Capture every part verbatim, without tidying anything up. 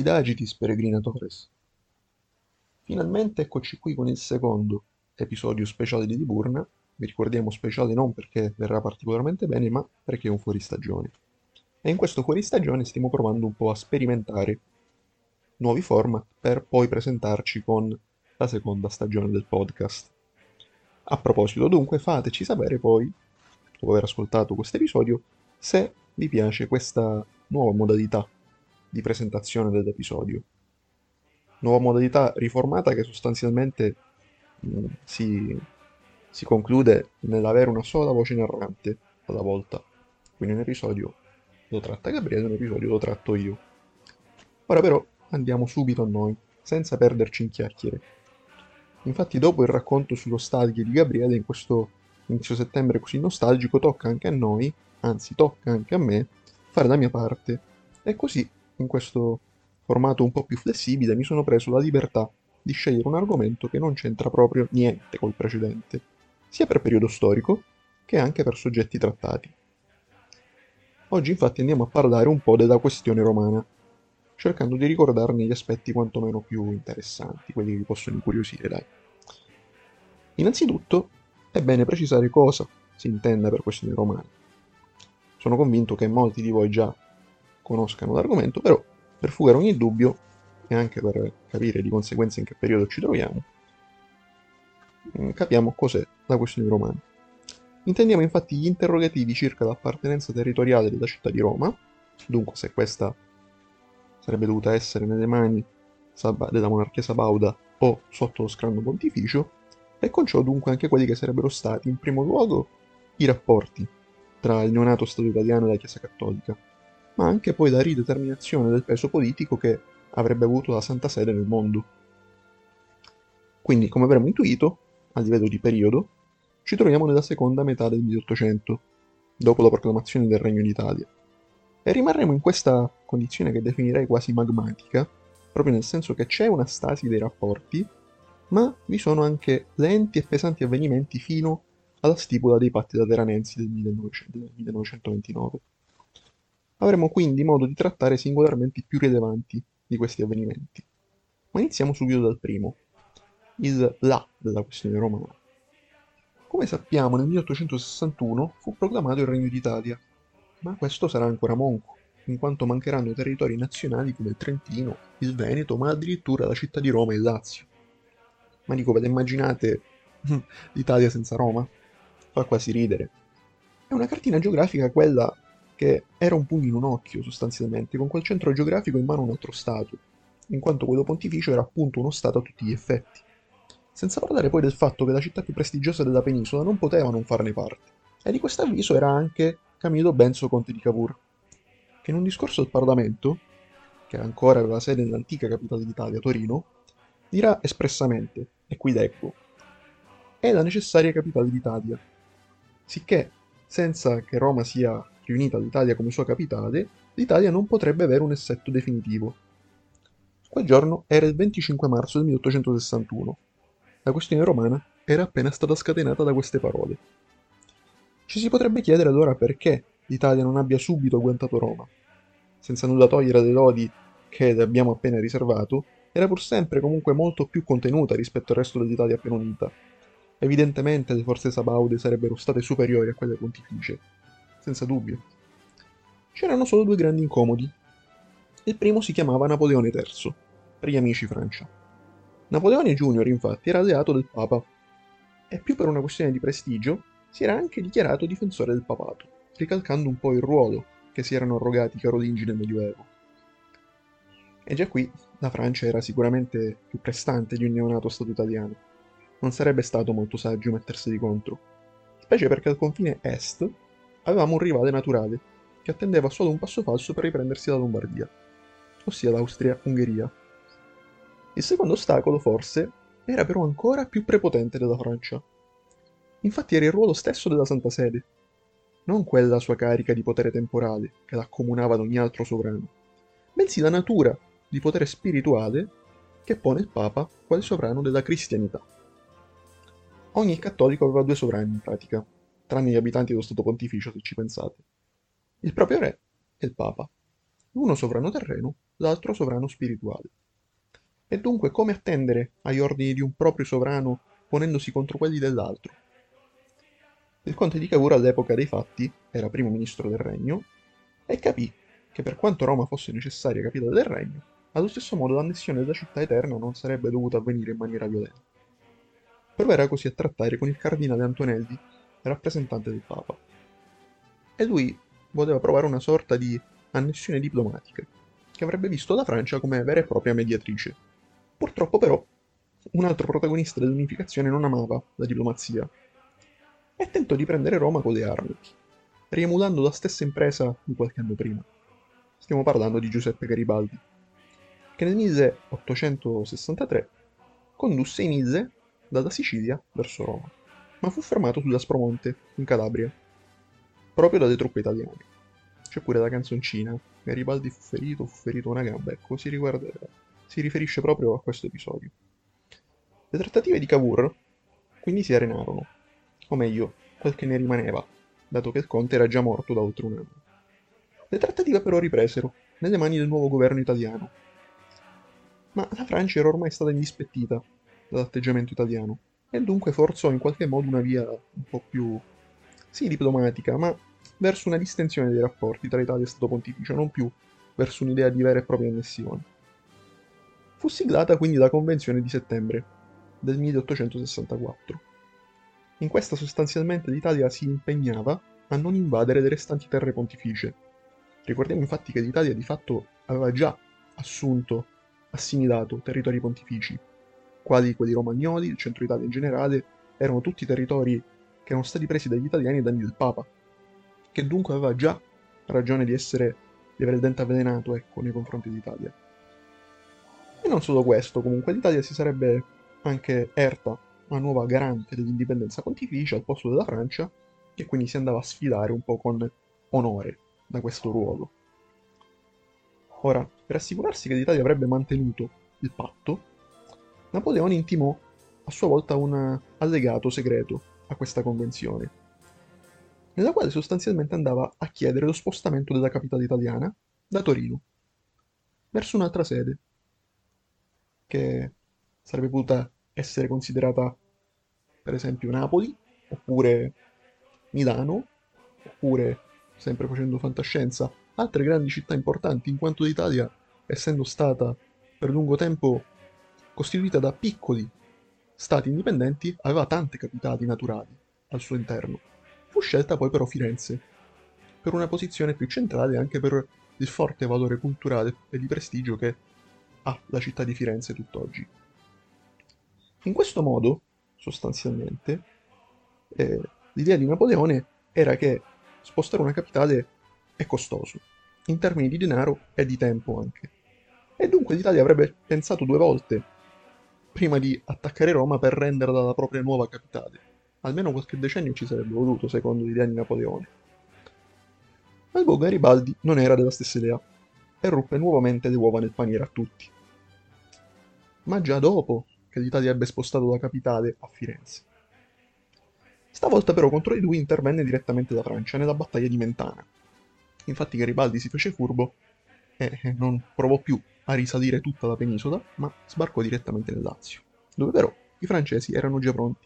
Id agitis peregrinatores. Finalmente eccoci qui con il secondo episodio speciale di Diburna. Vi ricordiamo speciale non perché verrà particolarmente bene, ma perché è un fuoristagione. E in questo fuoristagione stiamo provando un po' a sperimentare nuovi format per poi presentarci con la seconda stagione del podcast. A proposito, dunque, fateci sapere poi, dopo aver ascoltato questo episodio, se vi piace questa nuova modalità di presentazione dell'episodio. Nuova modalità riformata che sostanzialmente mh, si, si conclude nell'avere una sola voce narrante alla volta. Quindi un episodio lo tratta Gabriele, un episodio lo tratto io. Ora però andiamo subito a noi, senza perderci in chiacchiere. Infatti dopo il racconto sullo stadio di Gabriele in questo inizio settembre così nostalgico tocca anche a noi, anzi tocca anche a me, fare la mia parte. E così, in questo formato un po' più flessibile, mi sono preso la libertà di scegliere un argomento che non c'entra proprio niente col precedente, sia per periodo storico che anche per soggetti trattati. Oggi infatti andiamo a parlare un po' della questione romana, cercando di ricordarne gli aspetti quantomeno più interessanti, quelli che vi possono incuriosire, dai. Innanzitutto è bene precisare cosa si intenda per questione romana. Sono convinto che molti di voi già conoscano l'argomento, però per fugare ogni dubbio e anche per capire di conseguenza in che periodo ci troviamo, mm, capiamo cos'è la questione romana. Intendiamo infatti gli interrogativi circa l'appartenenza territoriale della città di Roma, dunque se questa sarebbe dovuta essere nelle mani saba- della monarchia sabauda o sotto lo scranno pontificio, e con ciò dunque anche quelli che sarebbero stati in primo luogo i rapporti tra il neonato Stato italiano e la Chiesa Cattolica, ma anche poi la rideterminazione del peso politico che avrebbe avuto la Santa Sede nel mondo. Quindi, come avremo intuito, a livello di periodo, ci troviamo nella seconda metà del milleottocento, dopo la proclamazione del Regno d'Italia. E rimarremo in questa condizione che definirei quasi magmatica, proprio nel senso che c'è una stasi dei rapporti, ma vi sono anche lenti e pesanti avvenimenti fino alla stipula dei patti lateranensi del millenovecento del millenovecentoventinove. Avremo quindi modo di trattare singolarmente i più rilevanti di questi avvenimenti. Ma iniziamo subito dal primo, il là della questione romana. Come sappiamo, nel milleottocentosessantuno fu proclamato il Regno d'Italia, ma questo sarà ancora monco, in quanto mancheranno territori nazionali come il Trentino, il Veneto, ma addirittura la città di Roma e il Lazio. Ma dico, ve le immaginate l'Italia senza Roma? Fa quasi ridere. È una cartina geografica quella che era un pugno in un occhio, sostanzialmente, con quel centro geografico in mano a un altro Stato, in quanto quello pontificio era appunto uno Stato a tutti gli effetti. Senza parlare poi del fatto che la città più prestigiosa della penisola non poteva non farne parte. E di questo avviso era anche Camillo Benso, conte di Cavour, che in un discorso al Parlamento, che ancora aveva sede nell'antica capitale d'Italia, Torino, dirà espressamente, e qui leggo, è la necessaria capitale d'Italia, sicché, senza che Roma sia riunita all'Italia come sua capitale, l'Italia non potrebbe avere un assetto definitivo. Quel giorno era il venticinque marzo del milleottocentosessantuno. La questione romana era appena stata scatenata da queste parole. Ci si potrebbe chiedere allora perché l'Italia non abbia subito agguantato Roma. Senza nulla togliere alle lodi che le abbiamo appena riservato, era pur sempre comunque molto più contenuta rispetto al resto dell'Italia appena unita. Evidentemente le forze sabaude sarebbero state superiori a quelle pontificie, senza dubbio. C'erano solo due grandi incomodi. Il primo si chiamava Napoleone terzo, per gli amici Francia. Napoleone Junior infatti era alleato del Papa, e più per una questione di prestigio si era anche dichiarato difensore del papato, ricalcando un po' il ruolo che si erano arrogati i carolingi nel Medioevo. E già qui la Francia era sicuramente più prestante di un neonato Stato italiano. Non sarebbe stato molto saggio metterseli contro, specie perché al confine est avevamo un rivale naturale che attendeva solo un passo falso per riprendersi la Lombardia, ossia l'Austria-Ungheria. Il secondo ostacolo, forse, era però ancora più prepotente della Francia. Infatti era il ruolo stesso della Santa Sede, non quella sua carica di potere temporale che l'accomunava ad ogni altro sovrano, bensì la natura di potere spirituale che pone il Papa quale sovrano della cristianità. Ogni cattolico aveva due sovrani in pratica, tranne gli abitanti dello Stato Pontificio se ci pensate. Il proprio re e il Papa, l'uno sovrano terreno l'altro sovrano spirituale. E dunque come attendere agli ordini di un proprio sovrano ponendosi contro quelli dell'altro? Il conte di Cavour all'epoca dei fatti era primo ministro del regno e capì che per quanto Roma fosse necessaria capitale del regno, allo stesso modo l'annessione della città eterna non sarebbe dovuta avvenire in maniera violenta. Proverà così a trattare con il cardinale Antonelli, rappresentante del Papa, e lui voleva provare una sorta di annessione diplomatica, che avrebbe visto la Francia come vera e propria mediatrice. Purtroppo però un altro protagonista dell'unificazione non amava la diplomazia e tentò di prendere Roma con le armi, riemulando la stessa impresa di qualche anno prima. Stiamo parlando di Giuseppe Garibaldi, che nel milleottocentosessantatré condusse i Mille dalla Sicilia verso Roma, ma fu fermato sull'Aspromonte, in Calabria, proprio dalle truppe italiane. C'è pure la canzoncina, Garibaldi fu ferito, fu ferito una gamba, ecco, si, riguarda, si riferisce proprio a questo episodio. Le trattative di Cavour quindi si arenarono, o meglio, quel che ne rimaneva, dato che il conte era già morto da oltre un anno. Le trattative però ripresero, nelle mani del nuovo governo italiano. Ma la Francia era ormai stata indispettita dall'atteggiamento italiano, e dunque forzò in qualche modo una via un po' più, sì, diplomatica, ma verso una distensione dei rapporti tra Italia e Stato Pontificio, non più verso un'idea di vera e propria annessione. Fu siglata quindi la Convenzione di settembre del milleottocentosessantaquattro. In questa sostanzialmente l'Italia si impegnava a non invadere le restanti terre pontificie. Ricordiamo infatti che l'Italia di fatto aveva già assunto, assimilato territori pontifici, quali quelli romagnoli, il centro Italia in generale, erano tutti territori che erano stati presi dagli italiani ai danni del Papa, che dunque aveva già ragione di essere, di avere il dente avvelenato, ecco, nei confronti d'Italia. E non solo questo, comunque l'Italia si sarebbe anche erta una nuova garante dell'indipendenza pontificia al posto della Francia, che quindi si andava a sfidare un po' con onore da questo ruolo. Ora, per assicurarsi che l'Italia avrebbe mantenuto il patto, Napoleone intimò a sua volta un allegato segreto a questa convenzione, nella quale sostanzialmente andava a chiedere lo spostamento della capitale italiana da Torino verso un'altra sede, che sarebbe potuta essere considerata per esempio Napoli, oppure Milano, oppure, sempre facendo fantascienza, altre grandi città importanti, in quanto l'Italia, essendo stata per lungo tempo costituita da piccoli stati indipendenti, aveva tante capitali naturali al suo interno. Fu scelta poi però Firenze, per una posizione più centrale e anche per il forte valore culturale e di prestigio che ha la città di Firenze tutt'oggi. In questo modo, sostanzialmente, eh, l'idea di Napoleone era che spostare una capitale è costoso, in termini di denaro e di tempo anche. E dunque l'Italia avrebbe pensato due volte prima di attaccare Roma per renderla la propria nuova capitale. Almeno qualche decennio ci sarebbe voluto, secondo l'idea di Napoleone. Ma il buon Garibaldi non era della stessa idea e ruppe nuovamente le uova nel paniere a tutti. Ma già dopo che l'Italia ebbe spostato la capitale a Firenze. Stavolta però contro di lui intervenne direttamente la Francia nella battaglia di Mentana. Infatti Garibaldi si fece furbo e non provò più a risalire tutta la penisola, ma sbarcò direttamente nel Lazio, dove però i francesi erano già pronti.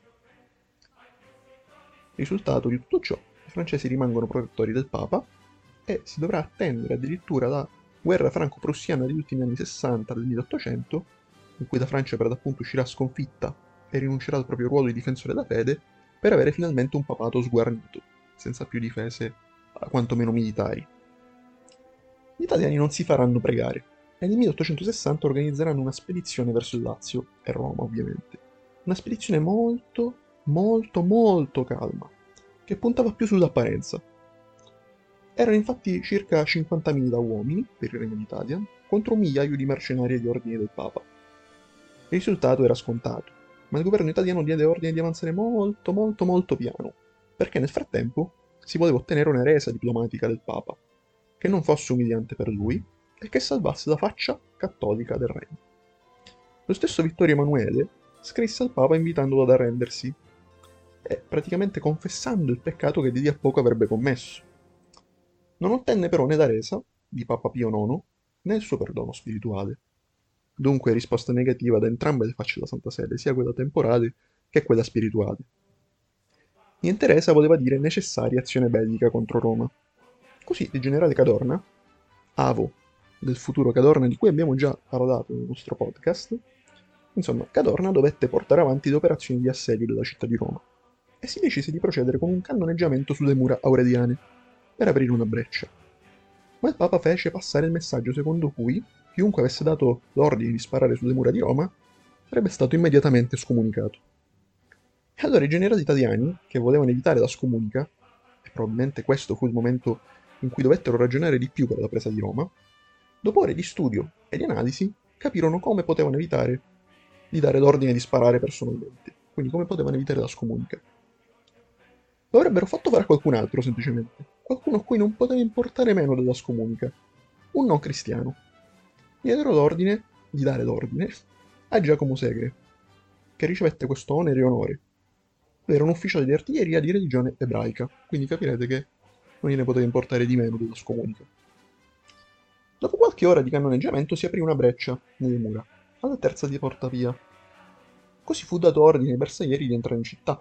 Risultato di tutto ciò, i francesi rimangono protettori del Papa e si dovrà attendere addirittura la guerra franco-prussiana degli ultimi anni sessanta del milleottocento, in cui la Francia per l'appunto uscirà sconfitta e rinuncerà al proprio ruolo di difensore della fede, per avere finalmente un papato sguarnito, senza più difese, quantomeno militari. Gli italiani non si faranno pregare e nel milleottocentosessanta organizzeranno una spedizione verso il Lazio e Roma, ovviamente. Una spedizione molto, molto, molto calma, che puntava più sull'apparenza. Erano infatti circa cinquantamila uomini per il Regno d'Italia contro un migliaio di mercenari agli ordini del Papa. Il risultato era scontato, ma il governo italiano diede ordine di avanzare molto, molto, molto piano, perché nel frattempo si voleva ottenere una resa diplomatica del Papa, che non fosse umiliante per lui e che salvasse la faccia cattolica del regno. Lo stesso Vittorio Emanuele scrisse al Papa invitandolo ad arrendersi e praticamente confessando il peccato che di lì a poco avrebbe commesso. Non ottenne però né la resa di Papa Pio nono né il suo perdono spirituale. Dunque risposta negativa da entrambe le facce della Santa Sede, sia quella temporale che quella spirituale. Niente resa voleva dire necessaria azione bellica contro Roma. Così il generale Cadorna, avo del futuro Cadorna di cui abbiamo già parlato nel nostro podcast, insomma, Cadorna dovette portare avanti le operazioni di assedio della città di Roma e si decise di procedere con un cannoneggiamento sulle mura aureliane per aprire una breccia. Ma il Papa fece passare il messaggio secondo cui chiunque avesse dato l'ordine di sparare sulle mura di Roma sarebbe stato immediatamente scomunicato. E allora i generali italiani, che volevano evitare la scomunica, e probabilmente questo fu il momento in cui dovettero ragionare di più per la presa di Roma, dopo ore di studio e di analisi, capirono come potevano evitare di dare l'ordine di sparare personalmente, quindi come potevano evitare la scomunica. Lo avrebbero fatto fare a qualcun altro, semplicemente, qualcuno a cui non poteva importare meno della scomunica, un non cristiano. Diedero l'ordine di dare l'ordine a Giacomo Segre, che ricevette questo onere e onore. Era un ufficiale di artiglieria di religione ebraica, quindi capirete che non gliene poteva importare di meno della scomunica. Dopo qualche ora di cannoneggiamento si aprì una breccia nelle mura, alla terza di porta via. Così fu dato ordine ai bersaglieri di entrare in città.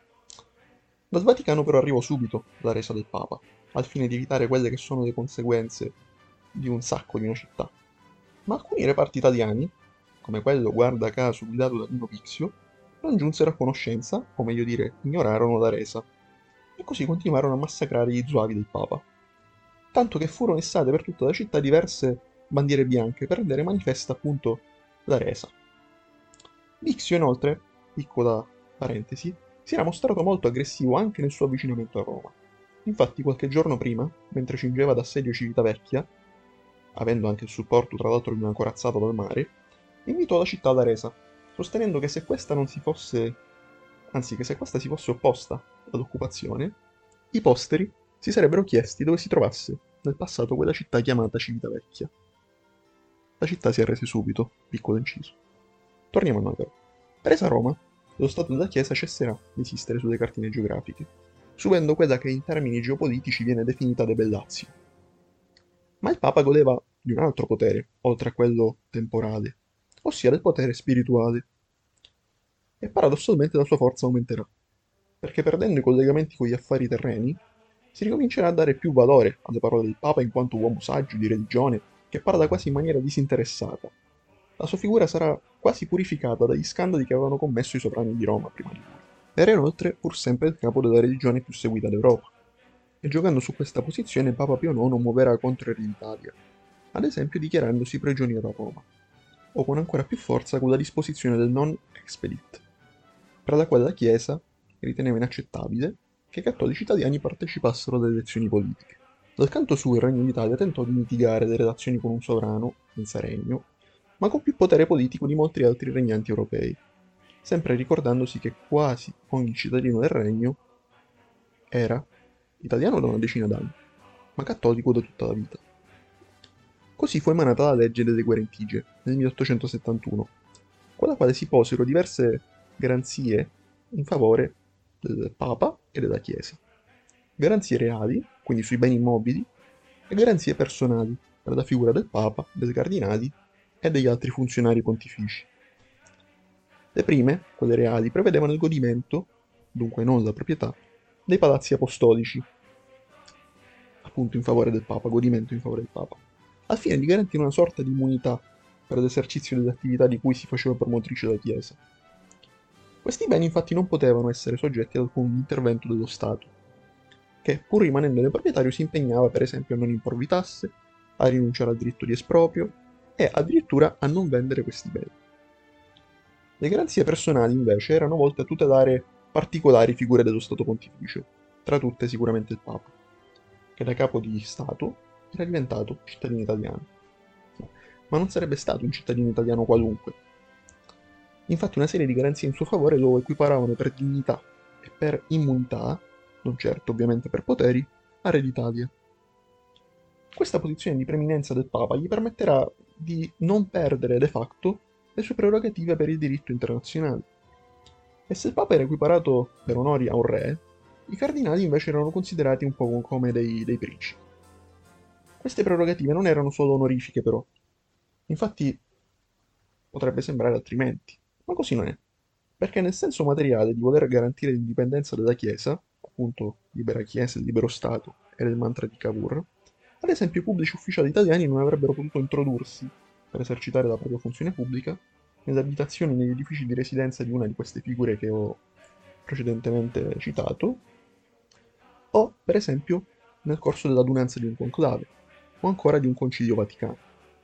Dal Vaticano però arrivò subito la resa del Papa, al fine di evitare quelle che sono le conseguenze di un sacco di una città. Ma alcuni reparti italiani, come quello guarda caso guidato da Nino Pixio, non giunsero a conoscenza, o meglio dire, ignorarono la resa, e così continuarono a massacrare gli zuavi del Papa. Tanto che furono issate per tutta la città diverse bandiere bianche per rendere manifesta appunto la resa. Bixio inoltre, piccola parentesi, si era mostrato molto aggressivo anche nel suo avvicinamento a Roma. Infatti qualche giorno prima, mentre cingeva d'assedio Civitavecchia, avendo anche il supporto tra l'altro di una corazzata dal mare, invitò la città alla resa, sostenendo che se questa non si fosse, anzi che se questa si fosse opposta all'occupazione, i posteri si sarebbero chiesti dove si trovasse nel passato quella città chiamata Civitavecchia. La città si arrese subito, piccolo inciso. Torniamo a noi però. Presa Roma, lo Stato della Chiesa cesserà di esistere sulle cartine geografiche, subendo quella che in termini geopolitici viene definita debellatio. Ma il Papa godeva di un altro potere, oltre a quello temporale, ossia del potere spirituale. E paradossalmente la sua forza aumenterà, perché perdendo i collegamenti con gli affari terreni, si ricomincerà a dare più valore alle parole del Papa in quanto uomo saggio di religione che parla quasi in maniera disinteressata. La sua figura sarà quasi purificata dagli scandali che avevano commesso i sovrani di Roma prima di lui. Era inoltre pur sempre il capo della religione più seguita d'Europa, e giocando su questa posizione Papa Pio nono muoverà contro l'Italia, ad esempio dichiarandosi prigioniero a Roma, o con ancora più forza con la disposizione del non expedit, per la quale la Chiesa riteneva inaccettabile che i cattolici italiani partecipassero alle elezioni politiche. Dal canto suo il Regno d'Italia tentò di mitigare le relazioni con un sovrano, senza regno, ma con più potere politico di molti altri regnanti europei, sempre ricordandosi che quasi ogni cittadino del regno era italiano da una decina d'anni, ma cattolico da tutta la vita. Così fu emanata la legge delle guerentigie nel milleottocentosettantuno, con la quale si posero diverse garanzie in favore del Papa e della Chiesa. Garanzie reali, quindi sui beni immobili, e garanzie personali, per la figura del Papa, dei cardinali e degli altri funzionari pontifici. Le prime, quelle reali, prevedevano il godimento, dunque non la proprietà, dei palazzi apostolici, appunto in favore del Papa, godimento in favore del Papa, al fine di garantire una sorta di immunità per l'esercizio delle attività di cui si faceva promotrice la Chiesa. Questi beni infatti non potevano essere soggetti ad alcun intervento dello Stato, che pur rimanendone proprietario si impegnava per esempio a non imporvi tasse, a rinunciare al diritto di esproprio e addirittura a non vendere questi beni. Le garanzie personali invece erano volte a tutelare particolari figure dello Stato Pontificio, tra tutte sicuramente il Papa, che da capo di Stato era diventato cittadino italiano. Ma non sarebbe stato un cittadino italiano qualunque. Infatti una serie di garanzie in suo favore lo equiparavano per dignità e per immunità, non certo ovviamente per poteri, a Re d'Italia. Questa posizione di preeminenza del Papa gli permetterà di non perdere de facto le sue prerogative per il diritto internazionale. E se il Papa era equiparato per onori a un re, i cardinali invece erano considerati un po' come dei, dei principi. Queste prerogative non erano solo onorifiche però, infatti potrebbe sembrare altrimenti, ma così non è, perché nel senso materiale di voler garantire l'indipendenza della Chiesa, appunto libera Chiesa e libero Stato, era il mantra di Cavour, ad esempio i pubblici ufficiali italiani non avrebbero potuto introdursi, per esercitare la propria funzione pubblica, nelle abitazioni e negli edifici di residenza di una di queste figure che ho precedentemente citato, o, per esempio, nel corso dell'adunanza di un conclave, o ancora di un concilio vaticano.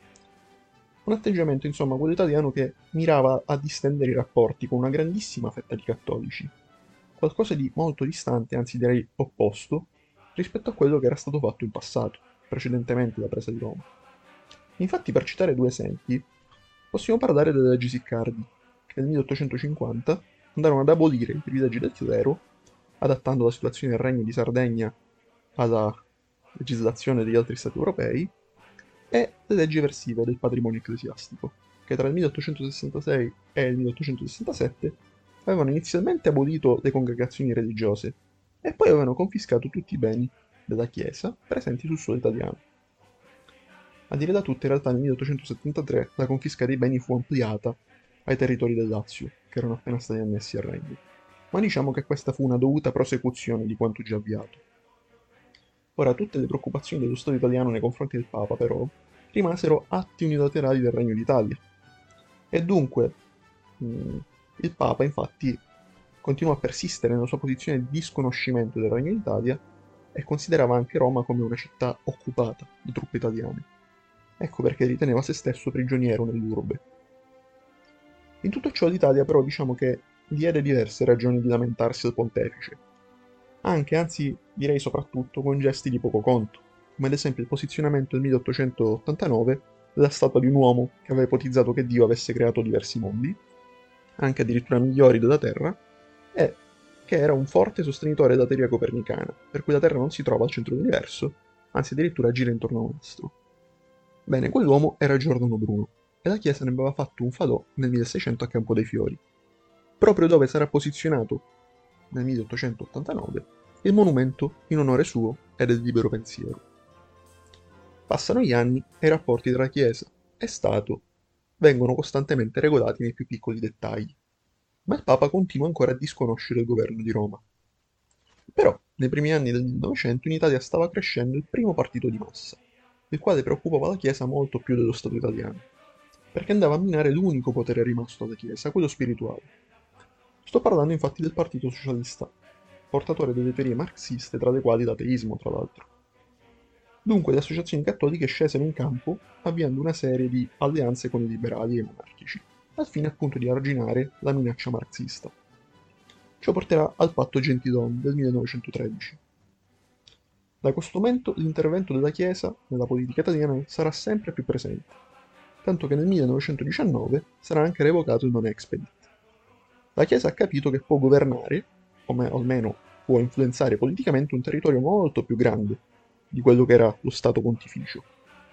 Un atteggiamento, insomma, quello italiano che mirava a distendere i rapporti con una grandissima fetta di cattolici, qualcosa di molto distante, anzi direi opposto, rispetto a quello che era stato fatto in passato, precedentemente alla presa di Roma. Infatti, per citare due esempi, possiamo parlare delle leggi Siccardi, che nel milleottocentocinquanta andarono ad abolire i privilegi del clero, adattando la situazione del Regno di Sardegna alla legislazione degli altri stati europei, e le leggi eversive del patrimonio ecclesiastico, che tra il milleottocentosessantasei e il milleottocentosessantasette avevano inizialmente abolito le congregazioni religiose e poi avevano confiscato tutti i beni della Chiesa presenti sul suolo italiano. A dire da tutte, in realtà nel milleottocentosettantatré la confisca dei beni fu ampliata ai territori del Lazio, che erano appena stati annessi al regno. Ma diciamo che questa fu una dovuta prosecuzione di quanto già avviato. Ora, tutte le preoccupazioni dello Stato italiano nei confronti del Papa, però, rimasero atti unilaterali del Regno d'Italia. E dunque, mh, il Papa, infatti, continuò a persistere nella sua posizione di disconoscimento del Regno d'Italia e considerava anche Roma come una città occupata da truppe italiane. Ecco perché riteneva se stesso prigioniero nell'urbe. In tutto ciò l'Italia però diciamo che diede diverse ragioni di lamentarsi al pontefice, anche, anzi direi soprattutto, con gesti di poco conto, come ad esempio il posizionamento nel milleottocentottantanove della statua di un uomo che aveva ipotizzato che Dio avesse creato diversi mondi, anche addirittura migliori della Terra, e che era un forte sostenitore della teoria copernicana, per cui la Terra non si trova al centro dell'universo, anzi addirittura gira intorno a un astro. Bene, quell'uomo era Giordano Bruno, e la Chiesa ne aveva fatto un falò nel milleseicento a Campo dei Fiori, proprio dove sarà posizionato, nel milleottocentottantanove, il monumento in onore suo e del libero pensiero. Passano gli anni e i rapporti tra Chiesa e Stato vengono costantemente regolati nei più piccoli dettagli, ma il Papa continua ancora a disconoscere il governo di Roma. Però, nei primi anni del Novecento in Italia stava crescendo il primo partito di massa, il quale preoccupava la Chiesa molto più dello Stato italiano, perché andava a minare l'unico potere rimasto alla Chiesa, quello spirituale. Sto parlando infatti del Partito Socialista, portatore delle teorie marxiste, tra le quali l'ateismo, tra l'altro. Dunque le associazioni cattoliche scesero in campo avviando una serie di alleanze con i liberali e i monarchici, al fine appunto di arginare la minaccia marxista. Ciò porterà al patto Gentiloni del millenovecentotredici. Da questo momento l'intervento della Chiesa nella politica italiana sarà sempre più presente, tanto che nel millenovecentodiciannove sarà anche revocato il non expedit. La Chiesa ha capito che può governare, o almeno può influenzare politicamente un territorio molto più grande di quello che era lo Stato Pontificio.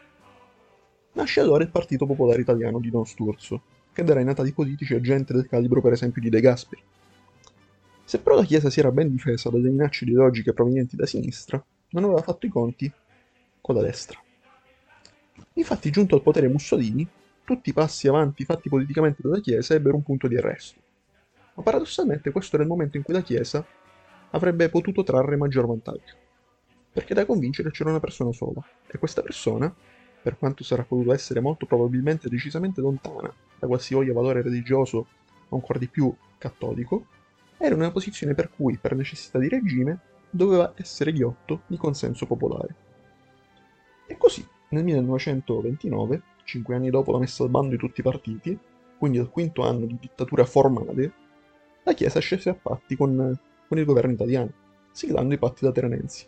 Nasce allora il Partito Popolare Italiano di Don Sturzo, che darà i natali politici a gente del calibro per esempio di De Gasperi. Se però la Chiesa si era ben difesa dalle minacce ideologiche provenienti da sinistra, non aveva fatto i conti con la destra. Infatti, giunto al potere Mussolini, tutti i passi avanti fatti politicamente dalla Chiesa ebbero un punto di arresto. Ma paradossalmente questo era il momento in cui la Chiesa avrebbe potuto trarre maggior vantaggio, perché da convincere c'era una persona sola, e questa persona, per quanto sarà potuta essere molto probabilmente decisamente lontana da qualsivoglia valore religioso o ancora di più cattolico, era in una posizione per cui, per necessità di regime, doveva essere ghiotto di consenso popolare. E così, nel millenovecentoventinove, cinque anni dopo la messa al bando di tutti i partiti, quindi al quinto anno di dittatura formale, la Chiesa scese a patti con, con il governo italiano, siglando i patti lateranensi.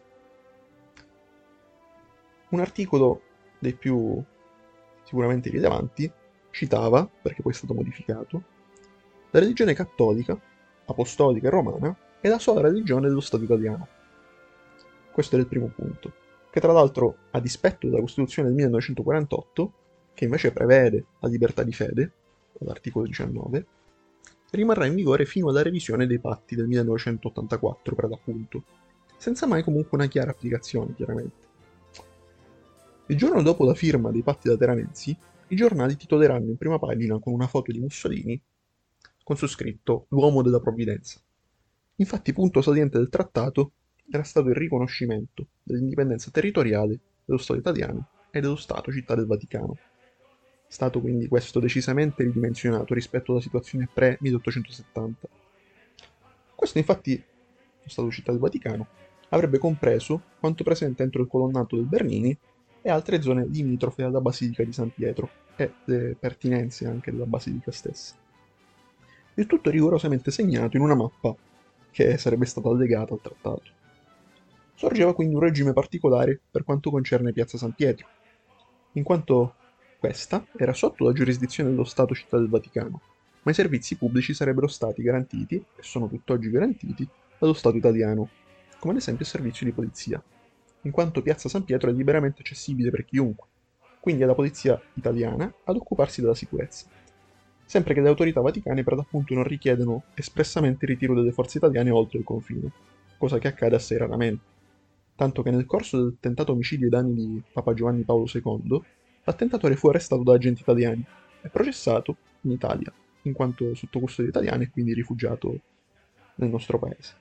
Un articolo dei più sicuramente rilevanti citava, perché poi è stato modificato, la religione cattolica, apostolica e romana è la sola religione dello Stato italiano. Questo era il primo punto, che tra l'altro, a dispetto della Costituzione del millenovecentoquarantotto, che invece prevede la libertà di fede, all'articolo diciannove, rimarrà in vigore fino alla revisione dei patti del millenovecentottantaquattro per l'appunto, senza mai comunque una chiara applicazione, chiaramente. Il giorno dopo la firma dei patti lateranensi, i giornali titoleranno in prima pagina con una foto di Mussolini con su scritto "L'uomo della provvidenza". Infatti, punto saliente del trattato era stato il riconoscimento dell'indipendenza territoriale dello Stato italiano e dello Stato città del Vaticano. Stato quindi questo decisamente ridimensionato rispetto alla situazione pre-milleottocentosettanta. Questo infatti, lo Stato città del Vaticano, avrebbe compreso quanto presente entro il colonnato del Bernini e altre zone limitrofe alla Basilica di San Pietro e le pertinenze anche della Basilica stessa. Il tutto rigorosamente segnato in una mappa che sarebbe stata allegata al trattato. Sorgeva quindi un regime particolare per quanto concerne Piazza San Pietro, in quanto questa era sotto la giurisdizione dello Stato città del Vaticano, ma i servizi pubblici sarebbero stati garantiti, e sono tutt'oggi garantiti, dallo Stato italiano, come ad esempio il servizio di polizia, in quanto Piazza San Pietro è liberamente accessibile per chiunque, quindi è la polizia italiana ad occuparsi della sicurezza, sempre che le autorità vaticane per l'appunto non richiedono espressamente il ritiro delle forze italiane oltre il confine, cosa che accade assai raramente, tanto che nel corso del tentato omicidio ai danni di Papa Giovanni Paolo secondo, l'attentatore fu arrestato da agenti italiani e processato in Italia, in quanto sotto custodia italiana e quindi rifugiato nel nostro paese.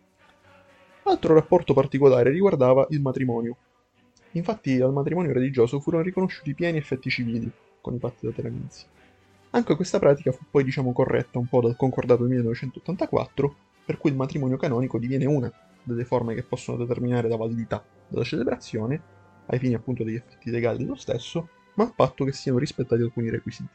Altro rapporto particolare riguardava il matrimonio. Infatti al matrimonio religioso furono riconosciuti pieni effetti civili con i patti lateranensi. Anche questa pratica fu poi diciamo corretta un po' dal concordato del millenovecentottantaquattro, per cui il matrimonio canonico diviene una delle forme che possono determinare la validità della celebrazione, ai fini appunto degli effetti legali dello stesso, ma a patto che siano rispettati alcuni requisiti.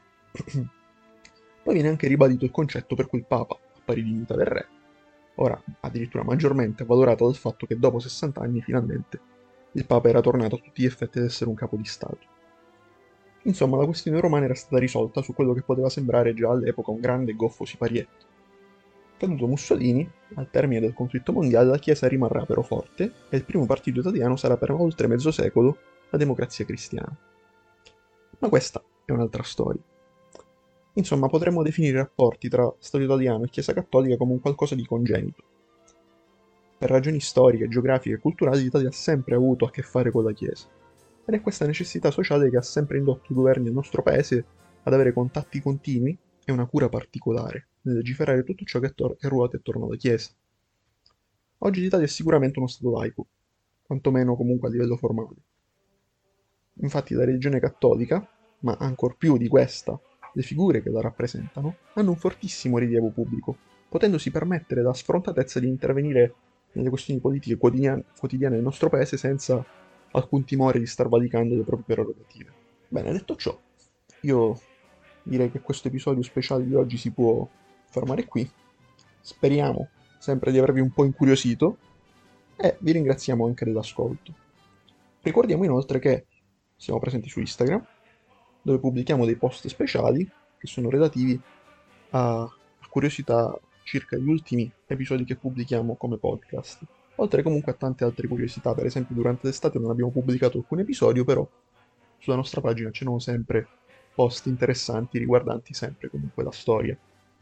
Poi viene anche ribadito il concetto per cui il Papa, a pari dignità del Re, ora addirittura maggiormente avvalorato dal fatto che dopo sessanta anni finalmente il Papa era tornato a tutti gli effetti ad essere un capo di Stato. Insomma, la questione romana era stata risolta su quello che poteva sembrare già all'epoca un grande e goffo siparietto. Caduto Mussolini, al termine del conflitto mondiale la Chiesa rimarrà però forte e il primo partito italiano sarà per oltre mezzo secolo la Democrazia Cristiana. Ma questa è un'altra storia. Insomma, potremmo definire i rapporti tra Stato italiano e Chiesa cattolica come un qualcosa di congenito. Per ragioni storiche, geografiche e culturali l'Italia ha sempre avuto a che fare con la Chiesa. Ed è questa necessità sociale che ha sempre indotto i governi del nostro paese ad avere contatti continui e una cura particolare nel legiferare tutto ciò che, attor- che ruota attorno alla Chiesa. Oggi l'Italia è sicuramente uno Stato laico, quantomeno comunque a livello formale. Infatti la religione cattolica, ma ancor più di questa, le figure che la rappresentano, hanno un fortissimo rilievo pubblico, potendosi permettere la sfrontatezza di intervenire nelle questioni politiche quotidiane, quotidiane del nostro paese senza alcun timore di star valicando le proprie prerogative. Bene, detto ciò, io direi che questo episodio speciale di oggi si può fermare qui. Speriamo sempre di avervi un po' incuriosito e vi ringraziamo anche dell'ascolto. Ricordiamo inoltre che siamo presenti su Instagram, dove pubblichiamo dei post speciali che sono relativi a, a curiosità circa gli ultimi episodi che pubblichiamo come podcast. Oltre comunque a tante altre curiosità, per esempio durante l'estate non abbiamo pubblicato alcun episodio, però sulla nostra pagina c'erano sempre post interessanti riguardanti sempre comunque la storia.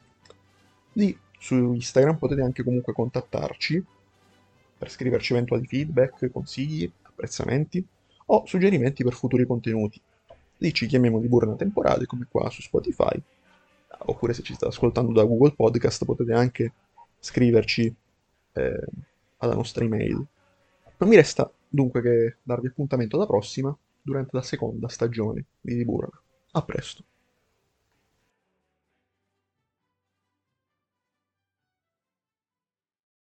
Lì su Instagram potete anche comunque contattarci per scriverci eventuali feedback, consigli, apprezzamenti o suggerimenti per futuri contenuti. Lì ci chiamiamo di Burna Temporale come qua su Spotify, oppure se ci state ascoltando da Google Podcast potete anche scriverci eh, alla nostra email. Non mi resta dunque che darvi appuntamento alla prossima durante la seconda stagione di Liburna. A presto!